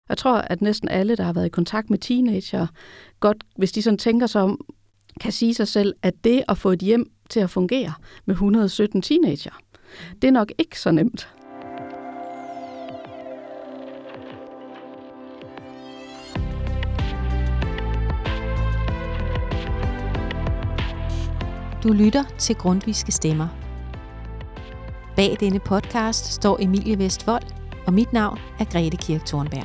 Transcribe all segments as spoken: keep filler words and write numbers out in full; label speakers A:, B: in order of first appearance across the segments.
A: Jeg tror, at næsten alle, der har været i kontakt med teenager, godt, hvis de sådan tænker sig om, kan sige sig selv, at det at få et hjem til at fungere med et hundrede og sytten teenager, det er nok ikke så nemt.
B: Du lytter til Grundtvigske Stemmer. Bag denne podcast står Emilie Vestvold, og mit navn er Grete Kirk Thornberg.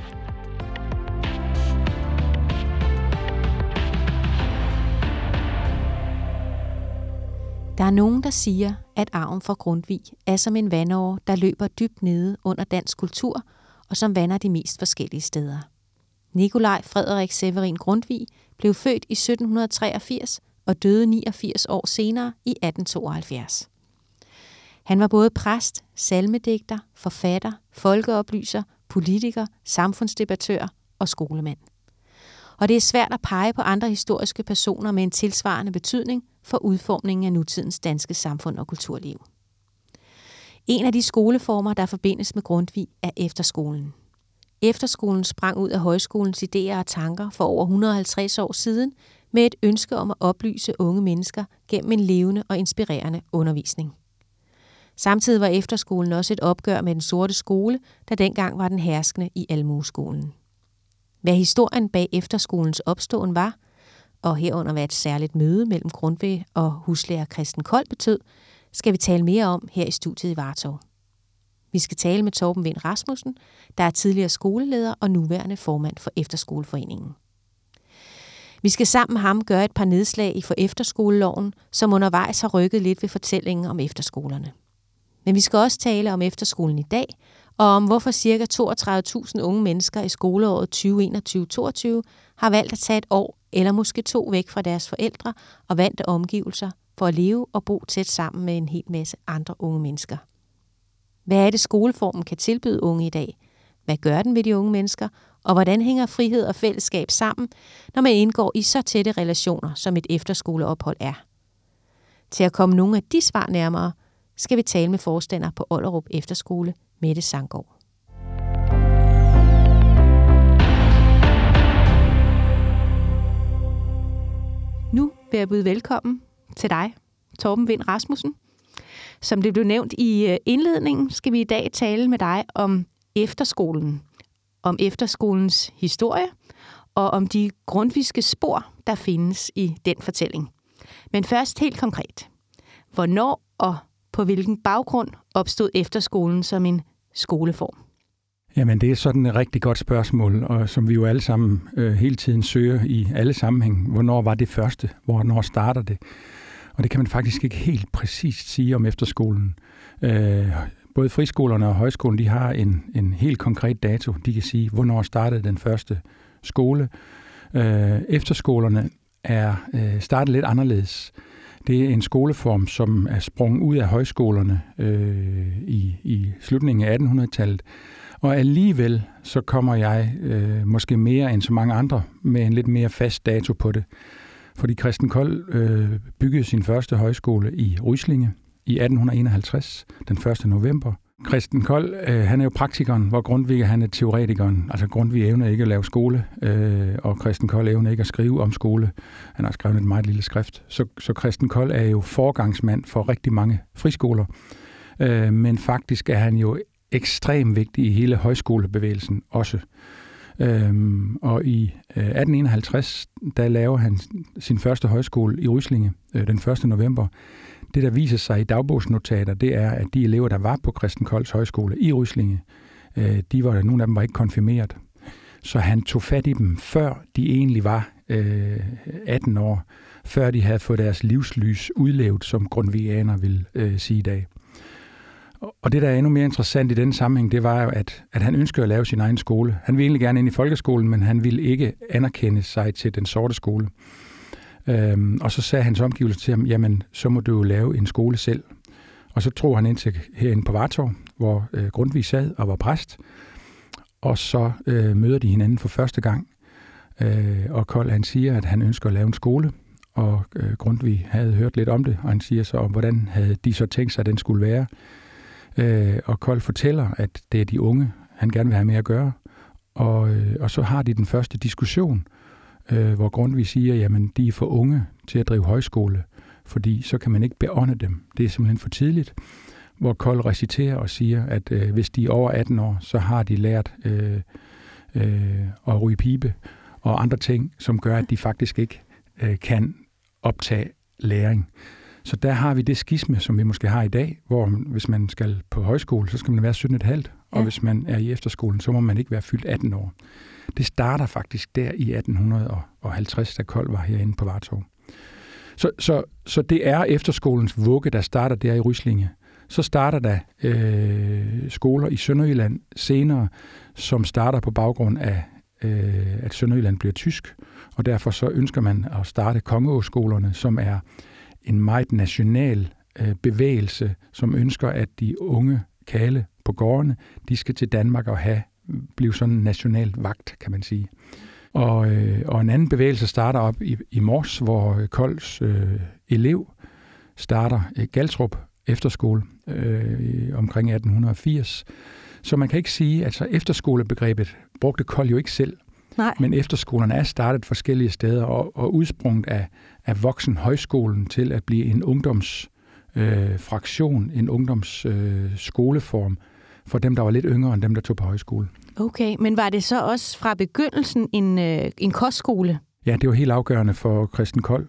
B: Der er nogen, der siger, at arven fra Grundtvig er som en vandåre, der løber dybt nede under dansk kultur, og som vander de mest forskellige steder. Nikolaj Frederik Severin Grundtvig blev født i sytten treogfirs og døde niogfirs år senere i atten tooghalvfjerds. Han var både præst, salmedigter, forfatter, folkeoplyser, politiker, samfundsdebattør og skolemand. Og det er svært at pege på andre historiske personer med en tilsvarende betydning for udformningen af nutidens danske samfund og kulturliv. En af de skoleformer, der forbindes med Grundtvig, er efterskolen. Efterskolen sprang ud af højskolens idéer og tanker for over et hundrede og halvtreds år siden med et ønske om at oplyse unge mennesker gennem en levende og inspirerende undervisning. Samtidig var efterskolen også et opgør med den sorte skole, der dengang var den herskende i almueskolen. Hvad historien bag efterskolens opståen var, og herunder hvad et særligt møde mellem Grundtvig og huslærer Christen Kold betød, skal vi tale mere om her i studiet i Vartov. Vi skal tale med Torben Wind Rasmussen, der er tidligere skoleleder og nuværende formand for Efterskoleforeningen. Vi skal sammen med ham gøre et par nedslag i for efterskoleloven, som undervejs har rykket lidt ved fortællingen om efterskolerne. Men vi skal også tale om efterskolen i dag, og om hvorfor ca. toogtredive tusind unge mennesker i skoleåret tyve enogtyve toogtyve har valgt at tage et år eller måske to væk fra deres forældre og vante omgivelser for at leve og bo tæt sammen med en hel masse andre unge mennesker. Hvad er det, skoleformen kan tilbyde unge i dag? Hvad gør den ved de unge mennesker? Og hvordan hænger frihed og fællesskab sammen, når man indgår i så tætte relationer, som et efterskoleophold er? Til at komme nogle af de svar nærmere, skal vi tale med forstander på Ollerup Efterskole, Mette Sanggaard. Nu vil jeg byde velkommen til dig, Torben Wind Rasmussen. Som det blev nævnt i indledningen, skal vi i dag tale med dig om efterskolen, om efterskolens historie og om de grundtvigske spor, der findes i den fortælling. Men først helt konkret. Hvornår og på hvilken baggrund opstod efterskolen som en skoleform?
C: Jamen, det er sådan et rigtig godt spørgsmål, og som vi jo alle sammen øh, hele tiden søger i alle sammenhæng. Hvornår var det første? Hvornår starter det? Og det kan man faktisk ikke helt præcist sige om efterskolen. Øh, både friskolerne og højskolen, de har en, en helt konkret dato. De kan sige, hvornår startede den første skole. Øh, efterskolerne er øh, startet lidt anderledes. Det er en skoleform, som er sprunget ud af højskolerne øh, i, i slutningen af attenhundredetallet. Og alligevel så kommer jeg øh, måske mere end så mange andre med en lidt mere fast dato på det. Fordi Christen Kold øh, byggede sin første højskole i Ryslinge i atten enoghalvtreds, den første november. Christen Kold, øh, han er jo praktikeren, hvor Grundtvig han er teoretikeren. Altså Grundtvig evner ikke at lave skole, øh, og Christen Kold evner ikke at skrive om skole. Han har skrevet et meget lille skrift. Så, så Christen Kold er jo foregangsmand for rigtig mange friskoler. Øh, men faktisk er han jo ekstremt vigtig i hele højskolebevægelsen også. Øhm, og i øh, atten enoghalvtreds, der laver han sin første højskole i Ryslinge øh, den første november. Det, der viser sig i dagbogsnotater, det er, at de elever, der var på Christen Kolds højskole i Ryslinge, øh, de var, nogle af dem var ikke konfirmeret. Så han tog fat i dem, før de egentlig var øh, atten år, før de havde fået deres livslys udlevet, som grundtvigianer vil øh, sige i dag. Og det, der er endnu mere interessant i den sammenhæng, det var jo, at, at han ønskede at lave sin egen skole. Han ville egentlig gerne ind i folkeskolen, men han ville ikke anerkende sig til den sorte skole. Øhm, og så sagde hans omgivelser til ham, jamen, så må du jo lave en skole selv. Og så drog han ind til herinde på Vartov, hvor øh, Grundtvig sad og var præst. Og så øh, møder de hinanden for første gang. Øh, og Kold, han siger, at han ønsker at lave en skole. Og øh, Grundtvig havde hørt lidt om det, og han siger så, hvordan havde de så tænkt sig, at den skulle være. Øh, og Kold fortæller, at det er de unge, han gerne vil have med at gøre. og, øh, og så har de den første diskussion, øh, hvor Grundtvig siger, jamen de er for unge til at drive højskole, fordi så kan man ikke beånde dem. Det er simpelthen for tidligt. Hvor Kold reciterer og siger, at øh, hvis de er over atten år, så har de lært øh, øh, at ryge pibe og andre ting, som gør, at de faktisk ikke øh, kan optage læring. Så der har vi det skisme, som vi måske har i dag, hvor hvis man skal på højskole, så skal man være sytten komma fem, og ja. Hvis man er i efterskolen, så må man ikke være fyldt atten år. Det starter faktisk der i atten halvtreds, da Kold var herinde på Vartov. Så, så, så det er efterskolens vugge, der starter der i Ryslinge. Så starter der øh, skoler i Sønderjylland senere, som starter på baggrund af, øh, at Sønderjylland bliver tysk, og derfor så ønsker man at starte Kongeåskolerne, som er en meget national øh, bevægelse, som ønsker, at de unge kale på gårdene, de skal til Danmark og have, blive sådan en national vagt, kan man sige. Og, øh, og en anden bevægelse starter op i, i Mors, hvor Kolds øh, elev starter øh, Galtrup Efterskole øh, omkring atten firs. Så man kan ikke sige, at så efterskolebegrebet brugte Kold jo ikke selv.
B: Nej.
C: Men efterskolerne er startet forskellige steder og, og udsprunget af, af voksenhøjskolen til at blive en ungdomsfraktion, øh, en ungdomsskoleform øh, for dem, der var lidt yngre end dem, der tog på højskole.
B: Okay, men var det så også fra begyndelsen en, øh, en kostskole?
C: Ja, det var helt afgørende for Christen Kold.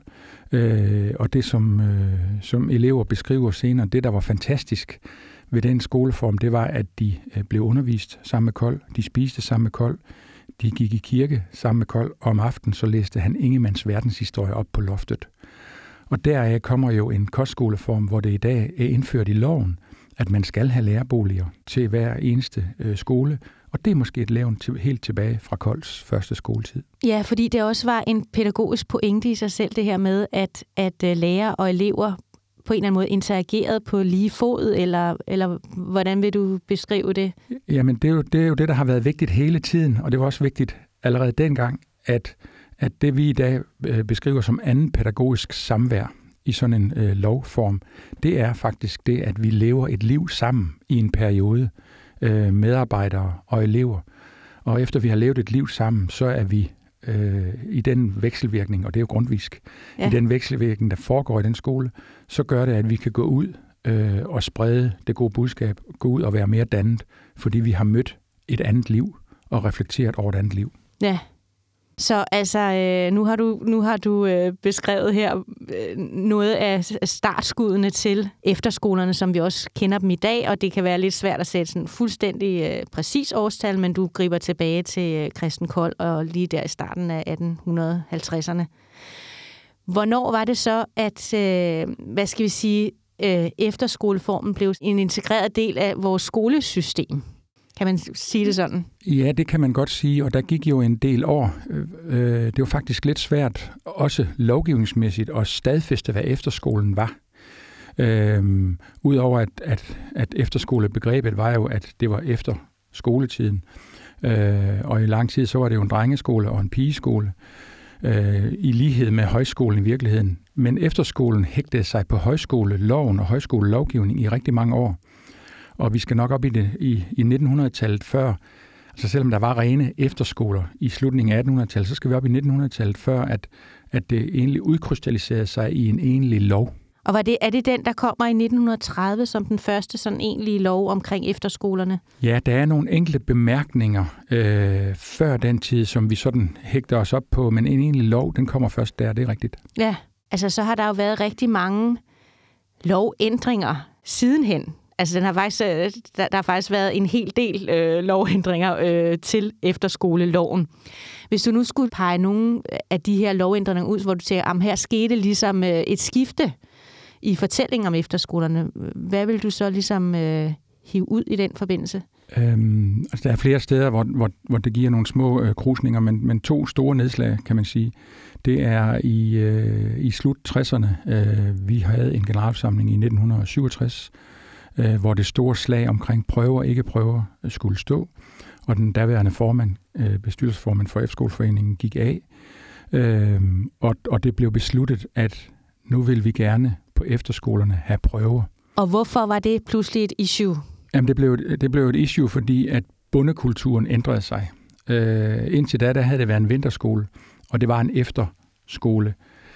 C: Øh, og det, som, øh, som elever beskriver senere, det, der var fantastisk ved den skoleform, det var, at de øh, blev undervist sammen med Kold, de spiste sammen med Kold, de gik i kirke sammen med Kold, og om aftenen så læste han Ingemanns verdenshistorie op på loftet. Og deraf kommer jo en kostskoleform, hvor det i dag er indført i loven, at man skal have lærerboliger til hver eneste øh, skole, og det er måske et levn til, helt tilbage fra Kolds første skoletid.
B: Ja, fordi det også var en pædagogisk pointe i sig selv, det her med, at, at lærere og elever på en eller anden måde interagerede på lige fod, eller, eller hvordan vil du beskrive det?
C: Jamen, det er, jo, det er jo det, der har været vigtigt hele tiden, og det var også vigtigt allerede dengang, at, at det vi i dag beskriver som anden pædagogisk samvær i sådan en øh, lovform, det er faktisk det, at vi lever et liv sammen i en periode, øh, medarbejdere og elever. Og efter vi har levet et liv sammen, så er vi øh, i den vekselvirkning, og det er jo grundvisk, ja. I den vekselvirkning, der foregår i den skole, så gør det, at vi kan gå ud øh, og sprede det gode budskab, gå ud og være mere dannet, fordi vi har mødt et andet liv og reflekteret over et andet liv.
B: Ja. Så altså, øh, nu har du, nu har du øh, beskrevet her øh, noget af startskuddene til efterskolerne, som vi også kender dem i dag, og det kan være lidt svært at sætte sådan fuldstændig øh, præcis årstal, men du griber tilbage til øh, Christen Kold og lige der i starten af atten halvtredserne. Hvornår var det så, at, øh, hvad skal vi sige, øh, efterskoleformen blev en integreret del af vores skolesystem? Kan man sige det sådan?
C: Ja, det kan man godt sige, og der gik jo en del år. Det var faktisk lidt svært, også lovgivningsmæssigt, at stadfæste, hvad efterskolen var. Øhm, Udover at, at, at efterskolebegrebet var jo, at det var efter skoletiden. Øh, og i lang tid, så var det jo en drengeskole og en pigeskole, øh, i lighed med højskolen i virkeligheden. Men efterskolen hægtede sig på højskoleloven og højskolelovgivning i rigtig mange år. Og vi skal nok op i, det, i, i nittenhundredetallet før, altså selvom der var rene efterskoler i slutningen af attenhundredetallet, så skal vi op i nittenhundredetallet før, at, at det egentlig udkrystalliserede sig i en egentlig lov.
B: Og var det, er det den, der kommer i nitten tredive som den første sådan egentlige lov omkring efterskolerne?
C: Ja, der er nogle enkelte bemærkninger øh, før den tid, som vi sådan hægter os op på, men en egentlig lov, den kommer først der, det er rigtigt.
B: Ja, altså så har der jo været rigtig mange lovændringer sidenhen. Altså, den har faktisk, der, der har faktisk været en hel del øh, lovændringer øh, til efterskoleloven. Hvis du nu skulle pege nogle af de her lovændringer ud, hvor du siger, at her skete ligesom øh, et skifte i fortællingen om efterskolerne, hvad vil du så ligesom øh, hive ud i den forbindelse?
C: Øhm, altså, der er flere steder, hvor, hvor, hvor det giver nogle små øh, krusninger, men, men to store nedslag, kan man sige. Det er i, øh, i slut tresserne. Øh, vi havde en generalforsamling i nitten syvogtres, hvor det store slag omkring prøver og ikke prøver skulle stå. Og den daværende formand, bestyrelsesformand for Efterskoleforeningen, gik af. Og, og det blev besluttet, at nu vil vi gerne på efterskolerne have prøver.
B: Og hvorfor var det pludselig et issue?
C: Jamen, det blev, det blev et issue, fordi at bondekulturen ændrede sig. Øh, indtil da, der havde det været en vinterskole, og det var en efterskole.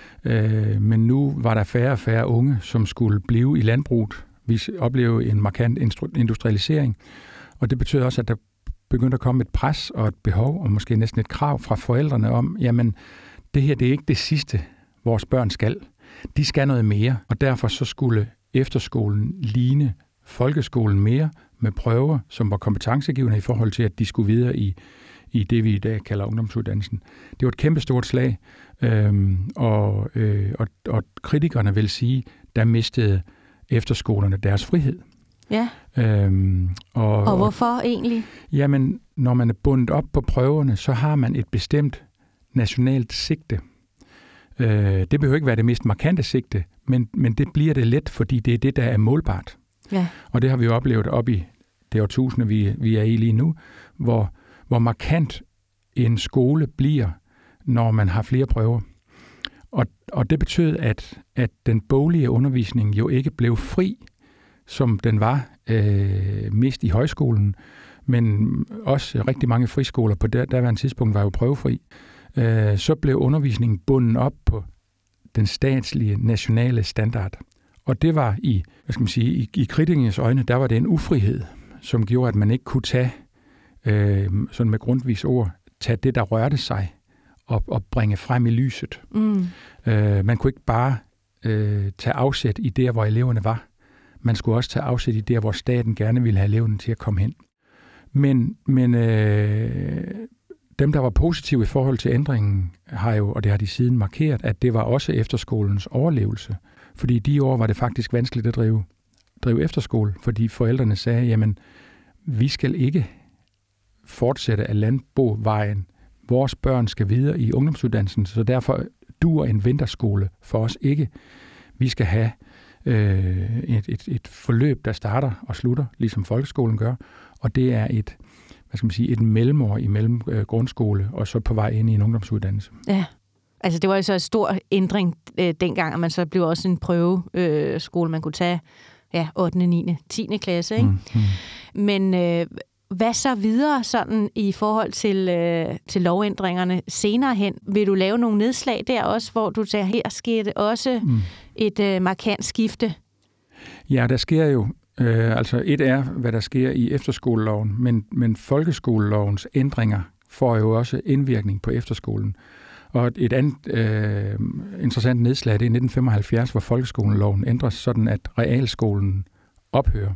C: Øh, men nu var der færre og færre unge, som skulle blive i landbruget. Vi oplevede en markant industrialisering, og det betød også, at der begyndte at komme et pres og et behov, og måske næsten et krav fra forældrene om, jamen, det her det er ikke det sidste, vores børn skal. De skal noget mere, og derfor så skulle efterskolen ligne folkeskolen mere med prøver, som var kompetencegivende i forhold til, at de skulle videre i, i det, vi i dag kalder ungdomsuddannelsen. Det var et kæmpestort slag, øhm, og, øh, og, og kritikerne vil sige, der mistede efterskolerne deres frihed.
B: Ja.
C: Øhm, og,
B: og hvorfor egentlig?
C: Jamen, når man er bundet op på prøverne, så har man et bestemt nationalt sigte. Øh, det behøver ikke være det mest markante sigte, men, men det bliver det let, fordi det er det, der er målbart.
B: Ja.
C: Og det har vi jo oplevet op i det årtusinde, vi, vi er i lige nu, hvor, hvor markant en skole bliver, når man har flere prøver. Og, og det betød, at, at den boglige undervisning jo ikke blev fri, som den var øh, mest i højskolen, men også rigtig mange friskoler på der, derværende tidspunkt var jo prøvefri. Øh, så blev undervisningen bundet op på den statslige nationale standard. Og det var i, hvad skal man sige, i, i kritikernes øjne, der var det en ufrihed, som gjorde, at man ikke kunne tage, øh, sådan med Grundtvigs ord, tage det, der rørte sig, og, og bringe frem i lyset. Mm. Øh, man kunne ikke bare øh, tage afsæt i der, hvor eleverne var. Man skulle også tage afsæt i der, hvor staten gerne ville have eleverne til at komme hen. Men, men øh, dem, der var positive i forhold til ændringen, har jo, og det har de siden markeret, at det var også efterskolens overlevelse. Fordi de år var det faktisk vanskeligt at drive, drive efterskole, fordi forældrene sagde, jamen, vi skal ikke fortsætte af landbovejen. Vores børn skal videre i ungdomsuddannelsen, så derfor duer en vinterskole for os ikke. Vi skal have øh, et, et, et forløb, der starter og slutter, ligesom folkeskolen gør, og det er et, hvad skal man sige, et mellemår imellem øh, grundskole og så på vej ind i en ungdomsuddannelse.
B: Ja. Altså det var jo så en stor ændring øh, dengang, at man så blev også en prøveskole, øh, man kunne tage ja, ottende, niende, tiende klasse. Ikke? Mm, mm. Men øh, hvad så videre sådan i forhold til, øh, til lovændringerne senere hen? Vil du lave nogle nedslag der også, hvor du siger, her sker det også mm. et øh, markant skifte?
C: Ja, der sker jo, øh, altså et er, hvad der sker i efterskoleloven, men, men folkeskolelovens ændringer får jo også indvirkning på efterskolen. Og et andet øh, interessant nedslag, det er i nitten femoghalvfjerds, hvor folkeskoleloven ændres sådan, at realskolen ophører.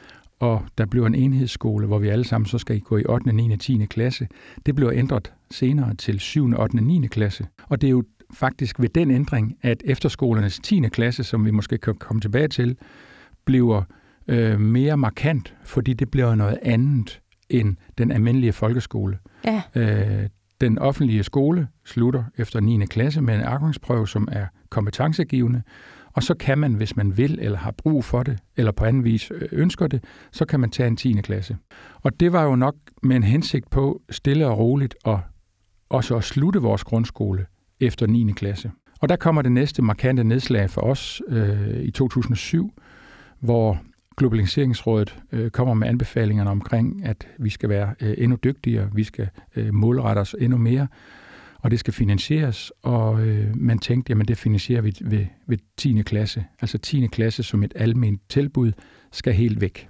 C: Og der bliver en enhedsskole, hvor vi alle sammen så skal gå i ottende, niende, tiende klasse. Det bliver ændret senere til syvende, ottende, niende klasse. Og det er jo faktisk ved den ændring, at efterskolernes tiende klasse, som vi måske kan komme tilbage til, bliver øh, mere markant, fordi det bliver noget andet end den almindelige folkeskole.
B: Ja.
C: Øh, Den offentlige skole slutter efter niende klasse med en afgangsprøve, som er kompetencegivende, og så kan man, hvis man vil eller har brug for det, eller på anden vis ønsker det, så kan man tage en tiende klasse. Og det var jo nok med en hensigt på stille og roligt og også at slutte vores grundskole efter niende klasse. Og der kommer det næste markante nedslag for os øh, i to tusind og syv, hvor Globaliseringsrådet øh, kommer med anbefalingerne omkring, at vi skal være øh, endnu dygtigere, vi skal øh, målrette os endnu mere, og det skal finansieres, og øh, man tænkte, jamen det finansierer vi ved, ved tiende klasse. Altså tiende klasse som et alment tilbud skal helt væk.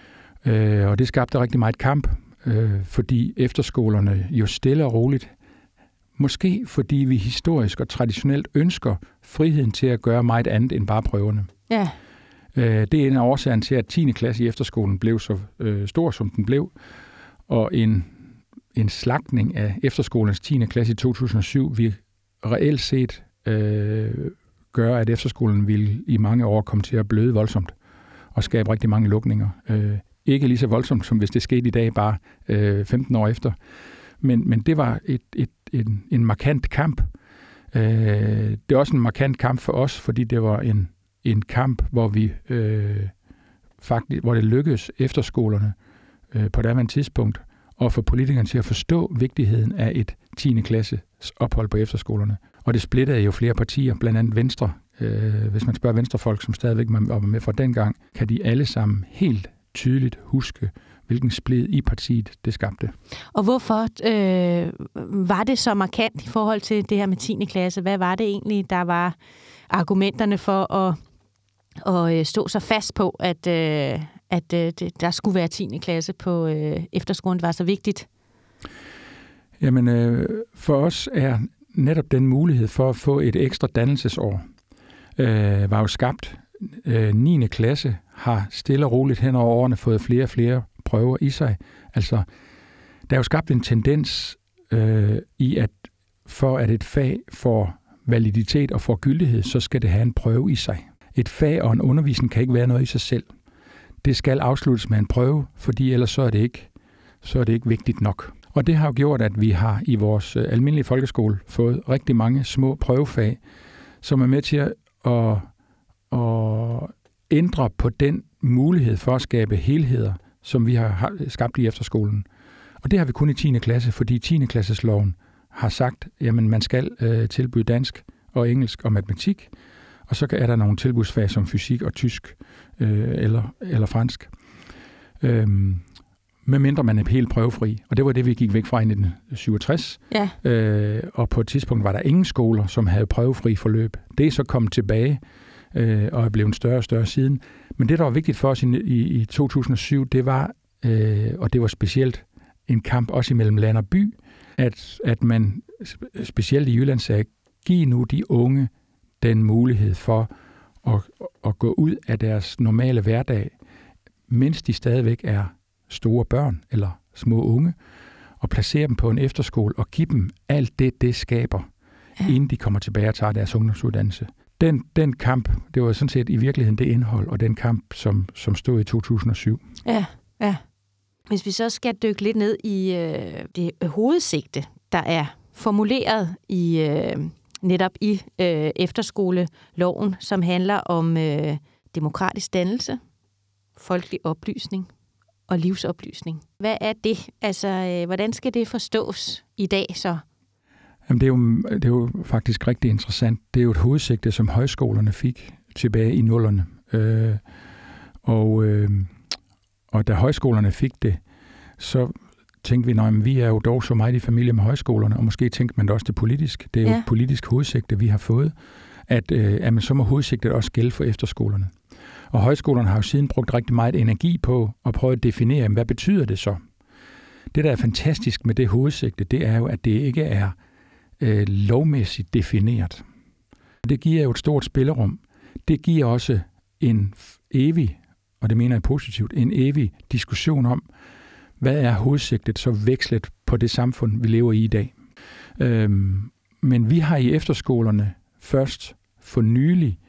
C: Øh, og det skabte rigtig meget kamp, øh, fordi efterskolerne jo stille og roligt, måske fordi vi historisk og traditionelt ønsker friheden til at gøre meget andet end bare prøverne.
B: Ja.
C: Det er en af årsagen til, at tiende klasse i efterskolen blev så øh, stor, som den blev. Og en, en slagtning af efterskolens tiende klasse i to tusind og syv vil reelt set øh, gøre, at efterskolen vil i mange år komme til at bløde voldsomt og skabe rigtig mange lukninger. Øh, ikke lige så voldsomt, som hvis det skete i dag, bare øh, femten år efter. Men, men det var et, et, en, en markant kamp. Øh, det er også en markant kamp for os, fordi det var en en kamp, hvor vi øh, faktisk, hvor det lykkedes efterskolerne øh, på et andet tidspunkt og få politikerne til at forstå vigtigheden af et tiende klasses ophold på efterskolerne. Og det splittede jo flere partier, blandt andet Venstre. Øh, hvis man spørger venstrefolk, som stadigvæk var med fra dengang, kan de alle sammen helt tydeligt huske, hvilken splid i partiet det skabte.
B: Og hvorfor øh, var det så markant i forhold til det her med tiende klasse? Hvad var det egentlig, der var argumenterne for at, at stå så fast på, at, øh, at øh, der skulle være tiende klasse på øh, efterskolen, var så vigtigt?
C: Jamen, øh, for os er netop den mulighed for at få et ekstra dannelsesår, øh, var jo skabt. Øh, niende klasse har stille og roligt hen over årene fået flere og flere prøver i sig. Altså, der er jo skabt en tendens øh, i, at for at et fag får validitet og får gyldighed, så skal det have en prøve i sig. Et fag og en undervisning kan ikke være noget i sig selv. Det skal afsluttes med en prøve, fordi ellers så er det ikke, så er det ikke vigtigt nok. Og det har jo gjort, at vi har i vores almindelige folkeskole fået rigtig mange små prøvefag, som er med til at, at, at ændre på den mulighed for at skabe helheder, som vi har skabt i efterskolen. Og det har vi kun i tiende klasse, fordi tiende klassesloven har sagt, at man skal øh, tilbyde dansk og engelsk og matematik, og så er der nogle tilbudsfag som fysik og tysk øh, eller, eller fransk. Øhm, medmindre man er helt prøvefri. Og det var det, vi gik væk fra i nitten syvogtres. Ja. Øh, og på et tidspunkt var der ingen skoler, som havde prøvefri forløb. Det er så kommet tilbage øh, og er blevet større og større siden. Men det, der var vigtigt for os i, i, i to tusind og syv, det var, øh, og det var specielt en kamp også imellem land og by, at, at man specielt i Jylland sagde, giv nu de unge den mulighed for at, at gå ud af deres normale hverdag, mens de stadigvæk er store børn eller små unge, og placere dem på en efterskole og give dem alt det, det skaber, ja. Inden de kommer tilbage og tager deres ungdomsuddannelse. Den, den kamp, det var sådan set i virkeligheden det indhold, og den kamp, som, som stod i to tusind og syv.
B: Ja, ja. Hvis vi så skal dykke lidt ned i øh, det hovedsigte, der er formuleret i øh, netop i øh, efterskoleloven, som handler om øh, demokratisk dannelse, folkelig oplysning og livsoplysning. Hvad er det? Altså, øh, hvordan skal det forstås i dag så?
C: Jamen, det, er jo, det er jo faktisk rigtig interessant. Det er jo et hovedsigte, som højskolerne fik tilbage i nullerne. Øh, og, øh, og da højskolerne fik det, så tænkte vi, at vi er jo dog så meget i familie med højskolerne, og måske tænkte man det også det politisk. Det er jo ja. et politisk hovedsigte, vi har fået, at, øh, at man så må hovedsigtet også gælde for efterskolerne. Og højskolerne har jo siden brugt rigtig meget energi på at prøve at definere, hvad betyder det så? Det, der er fantastisk med det hovedsigte, det er jo, at det ikke er øh, lovmæssigt defineret. Det giver jo et stort spillerum. Det giver også en evig, og det mener jeg positivt, en evig diskussion om, hvad er hovedsigtet så vekslet på det samfund, vi lever i i dag. Øhm, men vi har i efterskolerne først for nylig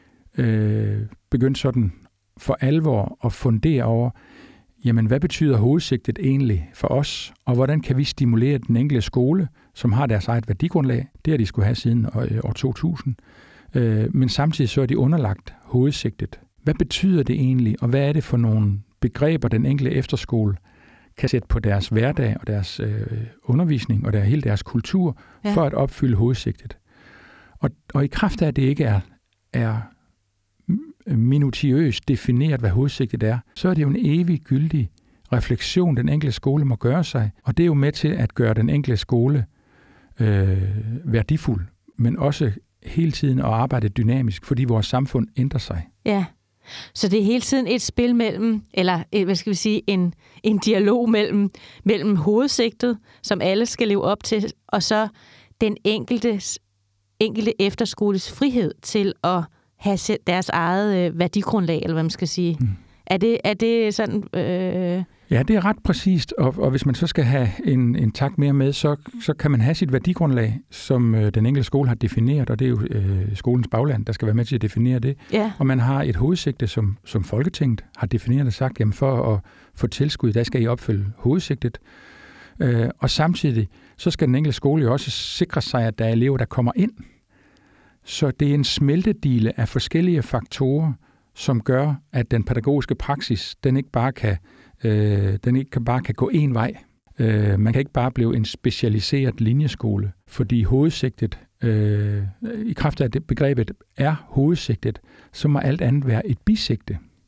C: øh, begyndt sådan for alvor at fundere over, jamen hvad betyder hovedsigtet egentlig for os, og hvordan kan vi stimulere den enkelte skole, som har deres eget værdigrundlag, det har de skulle have siden år to tusind, øh, men samtidig så er de underlagt hovedsigtet. Hvad betyder det egentlig, og hvad er det for nogle begreber, den enkelte efterskole kan sætte på deres hverdag og deres øh, undervisning og der, hele deres kultur, ja. For at opfylde hovedsigtet. Og, og i kraft af, at det ikke er, er minutiøst defineret, hvad hovedsigtet er, så er det jo en evig gyldig refleksion, den enkelte skole må gøre sig. Og det er jo med til at gøre den enkelte skole øh, værdifuld, men også hele tiden at arbejde dynamisk, fordi vores samfund ændrer sig.
B: Ja. Så det er hele tiden et spil mellem, eller hvad skal vi sige, en, en dialog mellem, mellem hovedsigtet, som alle skal leve op til, og så den enkelte, enkelte efterskoles frihed til at have deres eget øh, værdigrundlag, eller hvad man skal sige. Mm. Er det, er det sådan... Øh...
C: Ja, det er ret præcist, og, og hvis man så skal have en, en tak mere med, så, så kan man have sit værdigrundlag, som øh, den enkelte skole har defineret, og det er jo øh, skolens bagland, der skal være med til at definere det. Ja. Og man har et hovedsigte, som, som Folketinget har defineret og sagt, jamen for at få tilskud, der skal I opfylde hovedsigtet. Øh, og samtidig, så skal den enkelte skole jo også sikre sig, at der er elever, der kommer ind. Så det er en smeltedile af forskellige faktorer, som gør, at den pædagogiske praksis, den ikke bare kan, øh, den ikke bare kan gå en vej. Øh, man kan ikke bare blive en specialiseret linjeskole, fordi hovedsigtet, øh, i kraft af det begrebet er hovedsigtet, så må alt andet være et bisigte.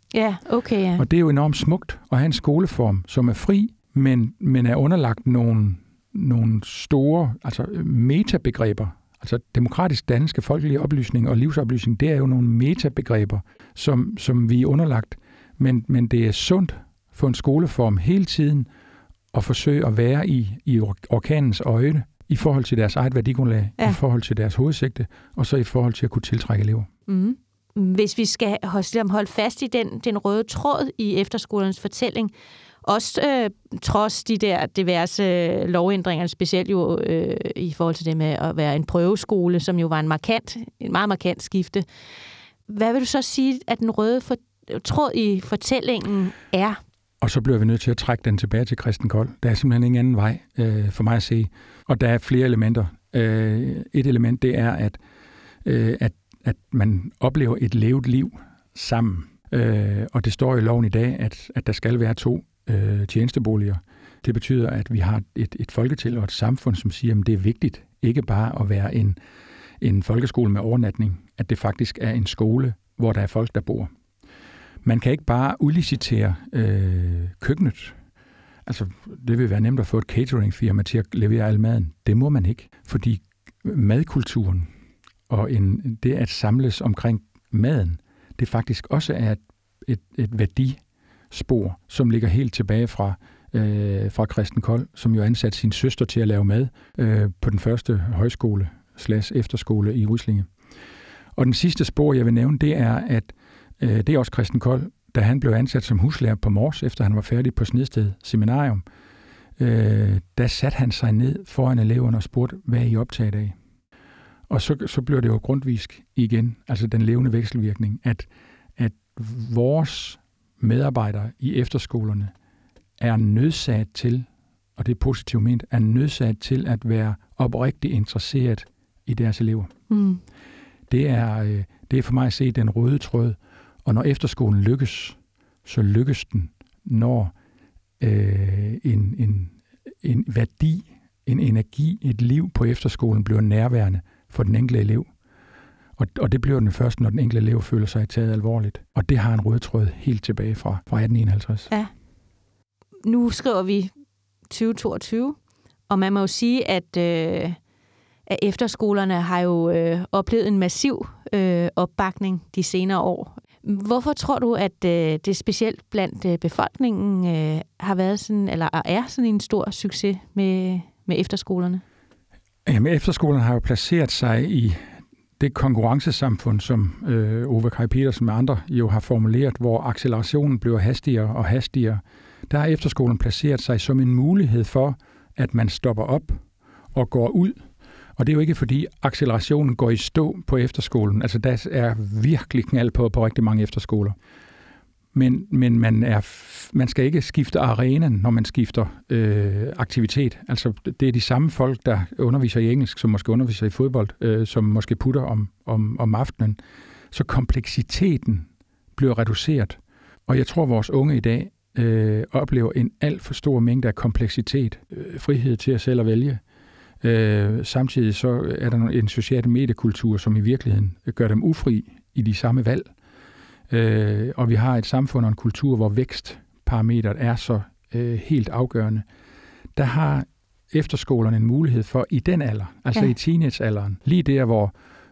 B: Ja, okay, ja.
C: Og det er jo enormt smukt at have en skoleform, som er fri, men, men er underlagt nogle, nogle store altså metabegreber. Altså demokratisk dannelse, folkelig oplysning og livsoplysning, det er jo nogle metabegreber, som, som vi er underlagt. Men, men det er sundt for en skoleform hele tiden at forsøge at være i, i orkanens øjne i forhold til deres eget værdigrundlag, ja. I forhold til deres hovedsigte, og så i forhold til at kunne tiltrække elever.
B: Mm. Hvis vi skal holde fast i den, den røde tråd i efterskolernes fortælling, også øh, trods de der diverse øh, lovændringer, specielt jo øh, i forhold til det med at være en prøveskole, som jo var en markant, en meget markant skifte. Hvad vil du så sige, at den røde for, tråd i fortællingen er?
C: Og så bliver vi nødt til at trække den tilbage til Christen Kold. Der er simpelthen ingen anden vej øh, for mig at se. Og der er flere elementer. Øh, et element, det er, at, øh, at, at man oplever et levet liv sammen. Øh, og det står i loven i dag, at, at der skal være to øh, tjenesteboliger. Det betyder, at vi har et, et folketing og et samfund, som siger, at det er vigtigt ikke bare at være en, en folkeskole med overnatning, at det faktisk er en skole, hvor der er folk, der bor. Man kan ikke bare udlicitere øh, køkkenet. Altså, det vil være nemt at få et cateringfirma til at levere al maden. Det må man ikke, fordi madkulturen og en, det at samles omkring maden, det faktisk også er et, et, et værdispor, som ligger helt tilbage fra, øh, fra Christen Kold, som jo ansatte sin søster til at lave mad øh, på den første højskole slash efterskole i Ryslinge. Og den sidste spor, jeg vil nævne, det er, at øh, det er også Christen Kold, da han blev ansat som huslærer på Mors, efter han var færdig på Snedsted Seminarium, øh, der satte han sig ned foran eleverne og spurgte, hvad er I optaget af? Og så, så blev det jo grundvisk igen, altså den levende vekselvirkning, at, at vores medarbejdere i efterskolerne er nødsaget til, og det er positivt ment, er nødsaget til at være oprigtigt interesseret i deres elever. Mm. Det er, det er for mig at se den røde tråd, og når efterskolen lykkes, så lykkes den, når øh, en, en, en værdi, en energi, et liv på efterskolen bliver nærværende for den enkelte elev. Og, og det bliver den først, når den enkelte elev føler sig taget alvorligt. Og det har en rød tråd helt tilbage fra, fra atten enoghalvtreds.
B: Ja. Nu skriver vi tyve toogtyve, og man må jo sige, at, øh, at efterskolerne har jo øh, oplevet en massiv øh, opbakning de senere år. Hvorfor tror du, at øh, det specielt blandt øh, befolkningen øh, har været sådan, eller er sådan en stor succes med, med efterskolerne?
C: Jamen, efterskolerne har jo placeret sig i det konkurrencesamfund, som øh, Ove Kaj Petersen med andre jo har formuleret, hvor accelerationen bliver hastigere og hastigere. Der har efterskolen placeret sig som en mulighed for, at man stopper op og går ud. Og det er jo ikke, fordi accelerationen går i stå på efterskolen. Altså, der er virkelig knald på på rigtig mange efterskoler. Men, men man, er, man skal ikke skifte arenaen, når man skifter øh, aktivitet. Altså, det er de samme folk, der underviser i engelsk, som måske underviser i fodbold, øh, som måske putter om, om, om aftenen. Så kompleksiteten bliver reduceret. Og jeg tror, at vores unge i dag øh, oplever en alt for stor mængde af kompleksitet. Øh, frihed til at selv at vælge. Øh, samtidig så er der en social mediekultur, som i virkeligheden gør dem ufri i de samme valg. Øh, og vi har et samfund og en kultur, hvor vækstparametret er så øh, helt afgørende. Der har efterskolerne en mulighed for i den alder, altså ja. i teenagealderen, lige der, hvor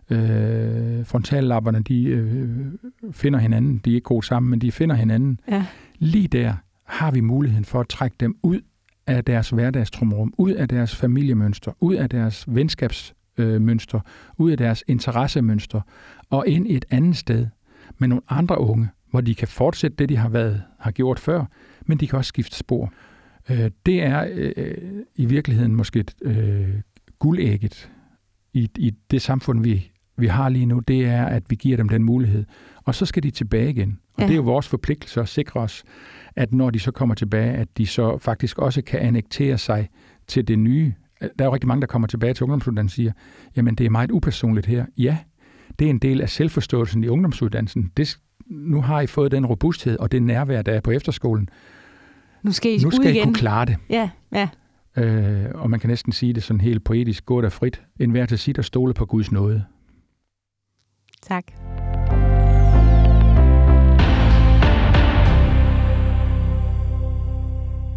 C: øh, frontallapperne de øh, finder hinanden, de er ikke gode sammen, men de finder hinanden. Ja. Lige der har vi muligheden for at trække dem ud af deres hverdagstrumrum, ud af deres familiemønster, ud af deres venskabsmønster, ud af deres interessemønster, og ind et andet sted med nogle andre unge, hvor de kan fortsætte det, de har været har gjort før, men de kan også skifte spor. Øh, det er øh, i virkeligheden måske et øh, guldægget i, i det samfund, vi, vi har lige nu, det er, at vi giver dem den mulighed. Og så skal de tilbage igen. Og ja. det er jo vores forpligtelse at sikre os, at når de så kommer tilbage, at de så faktisk også kan annektere sig til det nye. Der er jo rigtig mange, der kommer tilbage til ungdomsuddannelsen og siger, jamen det er meget upersonligt her. Ja, det er en del af selvforståelsen i ungdomsuddannelsen. Det, nu har I fået den robusthed og det nærvær, der er på efterskolen.
B: Nu skal I,
C: nu skal I kunne klare det.
B: Ja, ja.
C: Øh, og man kan næsten sige det sådan helt poetisk, gå der frit. Enhver til sit og stole på Guds nåde.
B: Tak.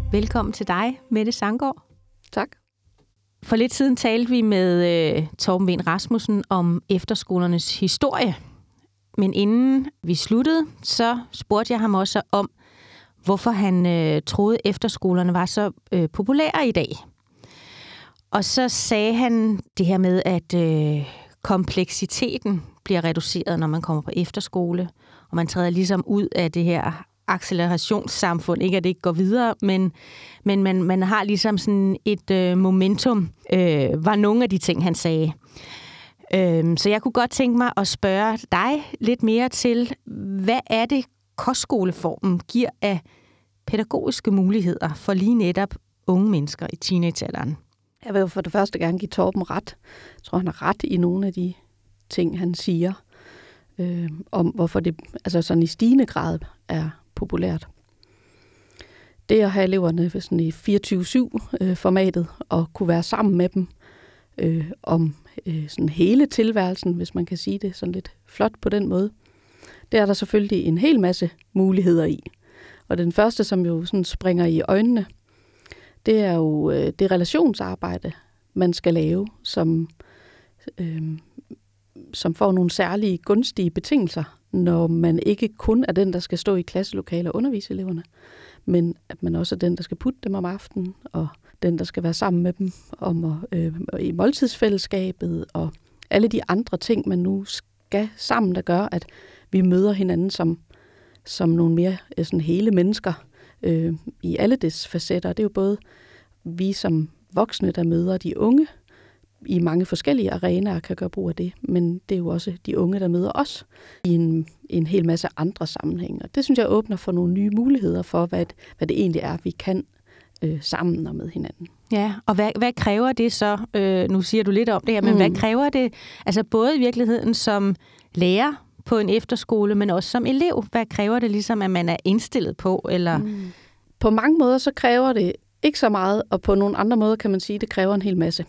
B: Velkommen til dig, Mette Sanggaard.
A: Tak.
B: For lidt siden talte vi med øh, Torben Wind Rasmussen om efterskolernes historie. Men inden vi sluttede, så spurgte jeg ham også om, hvorfor han øh, troede, efterskolerne var så øh, populære i dag. Og så sagde han det her med, at øh, kompleksiteten bliver reduceret, når man kommer på efterskole. Og man træder ligesom ud af det her accelerationssamfund. Ikke at det ikke går videre, men, men man, man har ligesom sådan et øh, momentum, øh, var nogle af de ting, han sagde. Øh, så jeg kunne godt tænke mig at spørge dig lidt mere til, hvad er det, kostskoleformen giver af pædagogiske muligheder for lige netop unge mennesker i teenagealderen?
A: Jeg vil jo for det første gerne give Torben ret. Jeg tror, han har ret i nogle af de ting, han siger, øh, om hvorfor det altså sådan i stigende grad er populært. Det at have eleverne sådan i fireogtyve syv-formatet og kunne være sammen med dem øh, om øh, sådan hele tilværelsen, hvis man kan sige det sådan lidt flot på den måde, det er der selvfølgelig en hel masse muligheder i. Og den første, som jo sådan springer i øjnene, det er jo øh, det relationsarbejde, man skal lave, som, øh, som får nogle særlige gunstige betingelser, når man ikke kun er den, der skal stå i klasselokaler og undervise eleverne, men at man også er den, der skal putte dem om aftenen, og den, der skal være sammen med dem om at, øh, i måltidsfællesskabet, og alle de andre ting, man nu skal sammen, der gør, at vi møder hinanden som, som nogle mere sådan hele mennesker øh, i alle des facetter. Det er jo både vi som voksne, der møder de unge i mange forskellige arenaer, kan gøre brug af det, men det er jo også de unge, der møder os i en, en hel masse andre sammenhænge. Og det synes jeg åbner for nogle nye muligheder for, hvad, hvad det egentlig er, vi kan øh, sammen og med hinanden.
B: Ja, og hvad, hvad kræver det så? Øh, nu siger du lidt om det her, men mm. hvad kræver det? Altså både i virkeligheden som lærer på en efterskole, men også som elev. Hvad kræver det ligesom, at man er indstillet på? Eller?
A: Mm. På mange måder så kræver det ikke så meget, og på nogle andre måder kan man sige, at det kræver en hel masse.